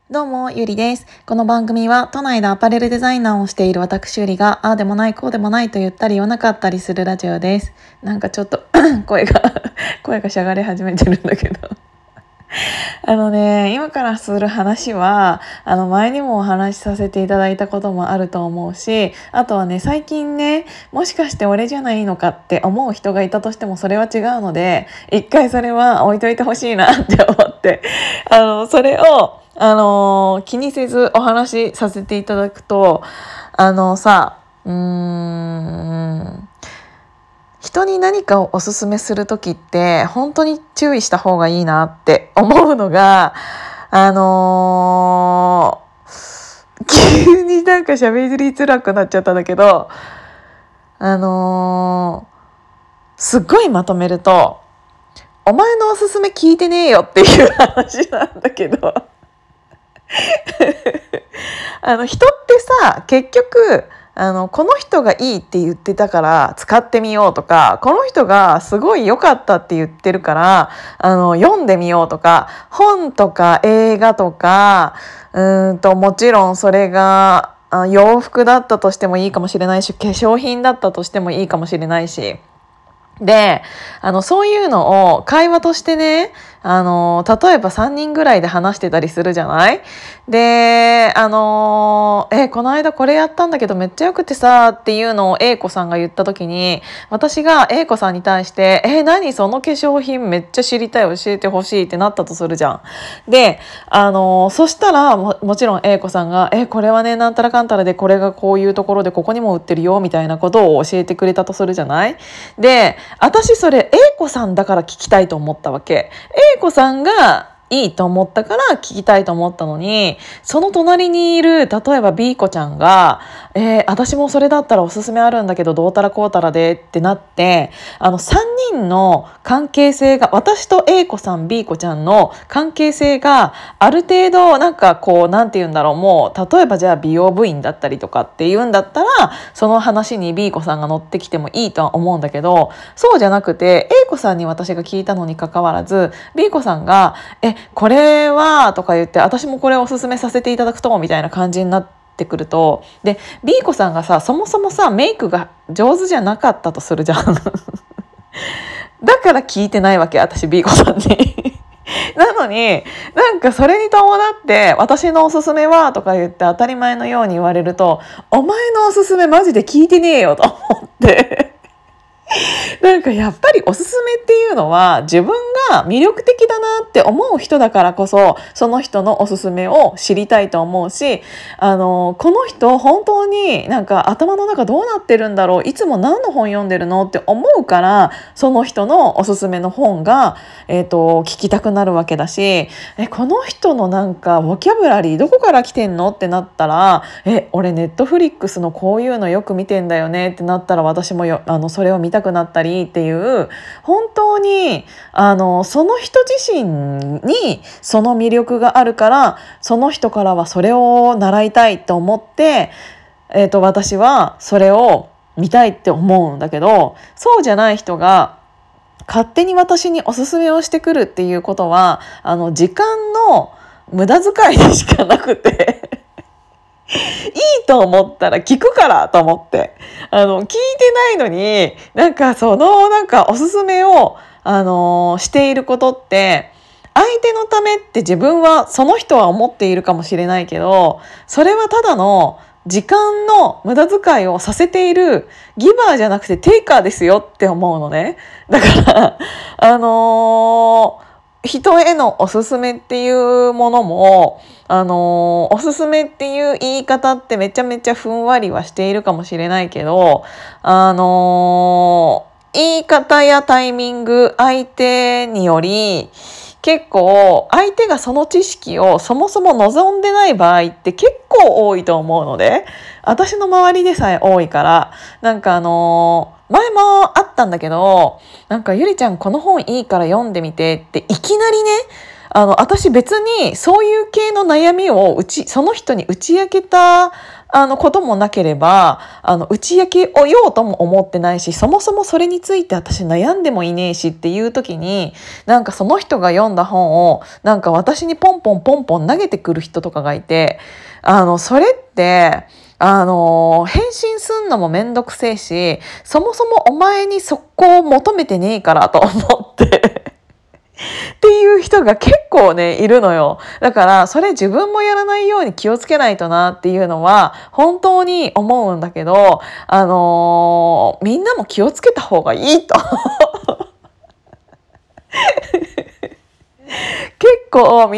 どうも、ゆりです。この番組は都内でアパレルデザイナーをしている私ゆりが、ああでもないこうでもないと言ったり言わなかったりするラジオです。なんかちょっと声がしゃがれ始めてるんだけど今からする話は、前にもお話しさせていただいたこともあると思うし、あとはね、最近ね、もしかして俺じゃないのかって思う人がいたとしてもそれは違うので、一回それは置いといてほしいなって思って、それを、気にせずお話しさせていただくと、人に何かをおすすめするときって本当に注意した方がいいなって思うのが、急になんか喋りづらくなっちゃったんだけど、すっごいまとめると、お前のおすすめ聞いてねえよっていう話なんだけど人ってさ、結局この人がいいって言ってたから使ってみようとか、この人がすごい良かったって言ってるから読んでみようとか、本とか映画とかもちろんそれが洋服だったとしてもいいかもしれないし、化粧品だったとしてもいいかもしれないし、でそういうのを会話としてね、例えば3人ぐらいで話してたりするじゃない。でこの間これやったんだけどめっちゃよくてさっていうのを A 子さんが言った時に、私が A 子さんに対して何その化粧品めっちゃ知りたい、教えてほしいってなったとするじゃん。でそしたら もちろん A 子さんがこれはねなんたらかんたらで、これがこういうところでここにも売ってるよみたいなことを教えてくれたとするじゃない。で私それ A 子さんだから聞きたいと思ったわけ。A 子さんがいいと思ったから聞きたいと思ったのに、その隣にいる例えば B 子ちゃんが私もそれだったらおすすめあるんだけどどうたらこうたらでってなって、3人の関係性が、私と A 子さん B 子ちゃんの関係性がある程度なんかこう、なんて言うんだろう、もう例えばじゃあ美容部員だったりとかっていうんだったら、その話に B 子さんが乗ってきてもいいとは思うんだけど、そうじゃなくて A 子さんに私が聞いたのにかかわらず B 子さんがこれはとか言って、私もこれをおすすめさせていただくとみたいな感じになってくると、で B 子さんがさ、そもそもさメイクが上手じゃなかったとするじゃんだから聞いてないわけ、私 B 子さんになのに、なんかそれに伴って私のおすすめはとか言って当たり前のように言われると、お前のおすすめマジで聞いてねえよと思ってなんかやっぱりおすすめっていうのは自分が魅力的だなって思う人だからこそ、その人のおすすめを知りたいと思うし、この人本当になんか頭の中どうなってるんだろう、いつも何の本読んでるのって思うから、その人のおすすめの本が、聞きたくなるわけだし、この人のなんかボキャブラリーどこから来てんのってなったら、俺ネットフリックスのこういうのよく見てんだよねってなったら、私もそれを見たくなったりっていう、本当にその人自身にその魅力があるから、その人からはそれを習いたいと思って、私はそれを見たいって思うんだけど、そうじゃない人が勝手に私におすすめをしてくるっていうことは、時間の無駄遣いでしかなくていいと思ったら聞くからと思って、聞いてないのになんかなんかおすすめをしていることって、相手のためって自分はその人は思っているかもしれないけど、それはただの時間の無駄遣いをさせているギバーじゃなくてテイカーですよって思うのね。だから人へのおすすめっていうものも、おすすめっていう言い方ってめちゃめちゃふんわりはしているかもしれないけど、言い方やタイミング、相手により結構相手がその知識をそもそも望んでない場合って結構多いと思うので、私の周りでさえ多いから、なんか前もあったんだけど、なんかゆりちゃんこの本いいから読んでみてっていきなりね、私別にそういう系の悩みをその人に打ち明けたこともなければ打ち明けをようとも思ってないし、そもそもそれについて私悩んでもいねえしっていう時に、なんかその人が読んだ本をなんか私にポンポンポンポン投げてくる人とかがいて、それって返信すんのもめんどくせえし、そもそもお前に速攻を求めてねえからと思ってっていう人が結構ねいるのよ。だからそれ自分もやらないように気をつけないとなっていうのは本当に思うんだけど、みんなも気をつけた方がいいと結構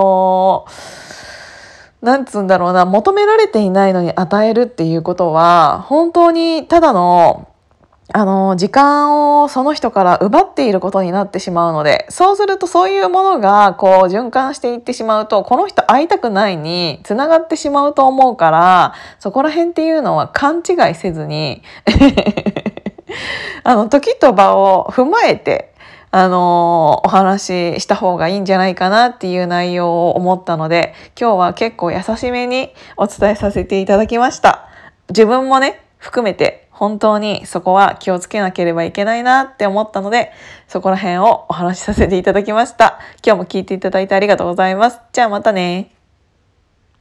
なんつうんだろうな、求められていないのに与えるっていうことは本当にただの時間をその人から奪っていることになってしまうので、そうするとそういうものがこう循環していってしまうと、この人会いたくないにつながってしまうと思うから、そこら辺っていうのは勘違いせずに時と場を踏まえてお話しした方がいいんじゃないかなっていう内容を思ったので、今日は結構優しめにお伝えさせていただきました。自分もね含めて本当にそこは気をつけなければいけないなって思ったので、そこら辺をお話しさせていただきました。今日も聞いていただいてありがとうございます。じゃあまたね。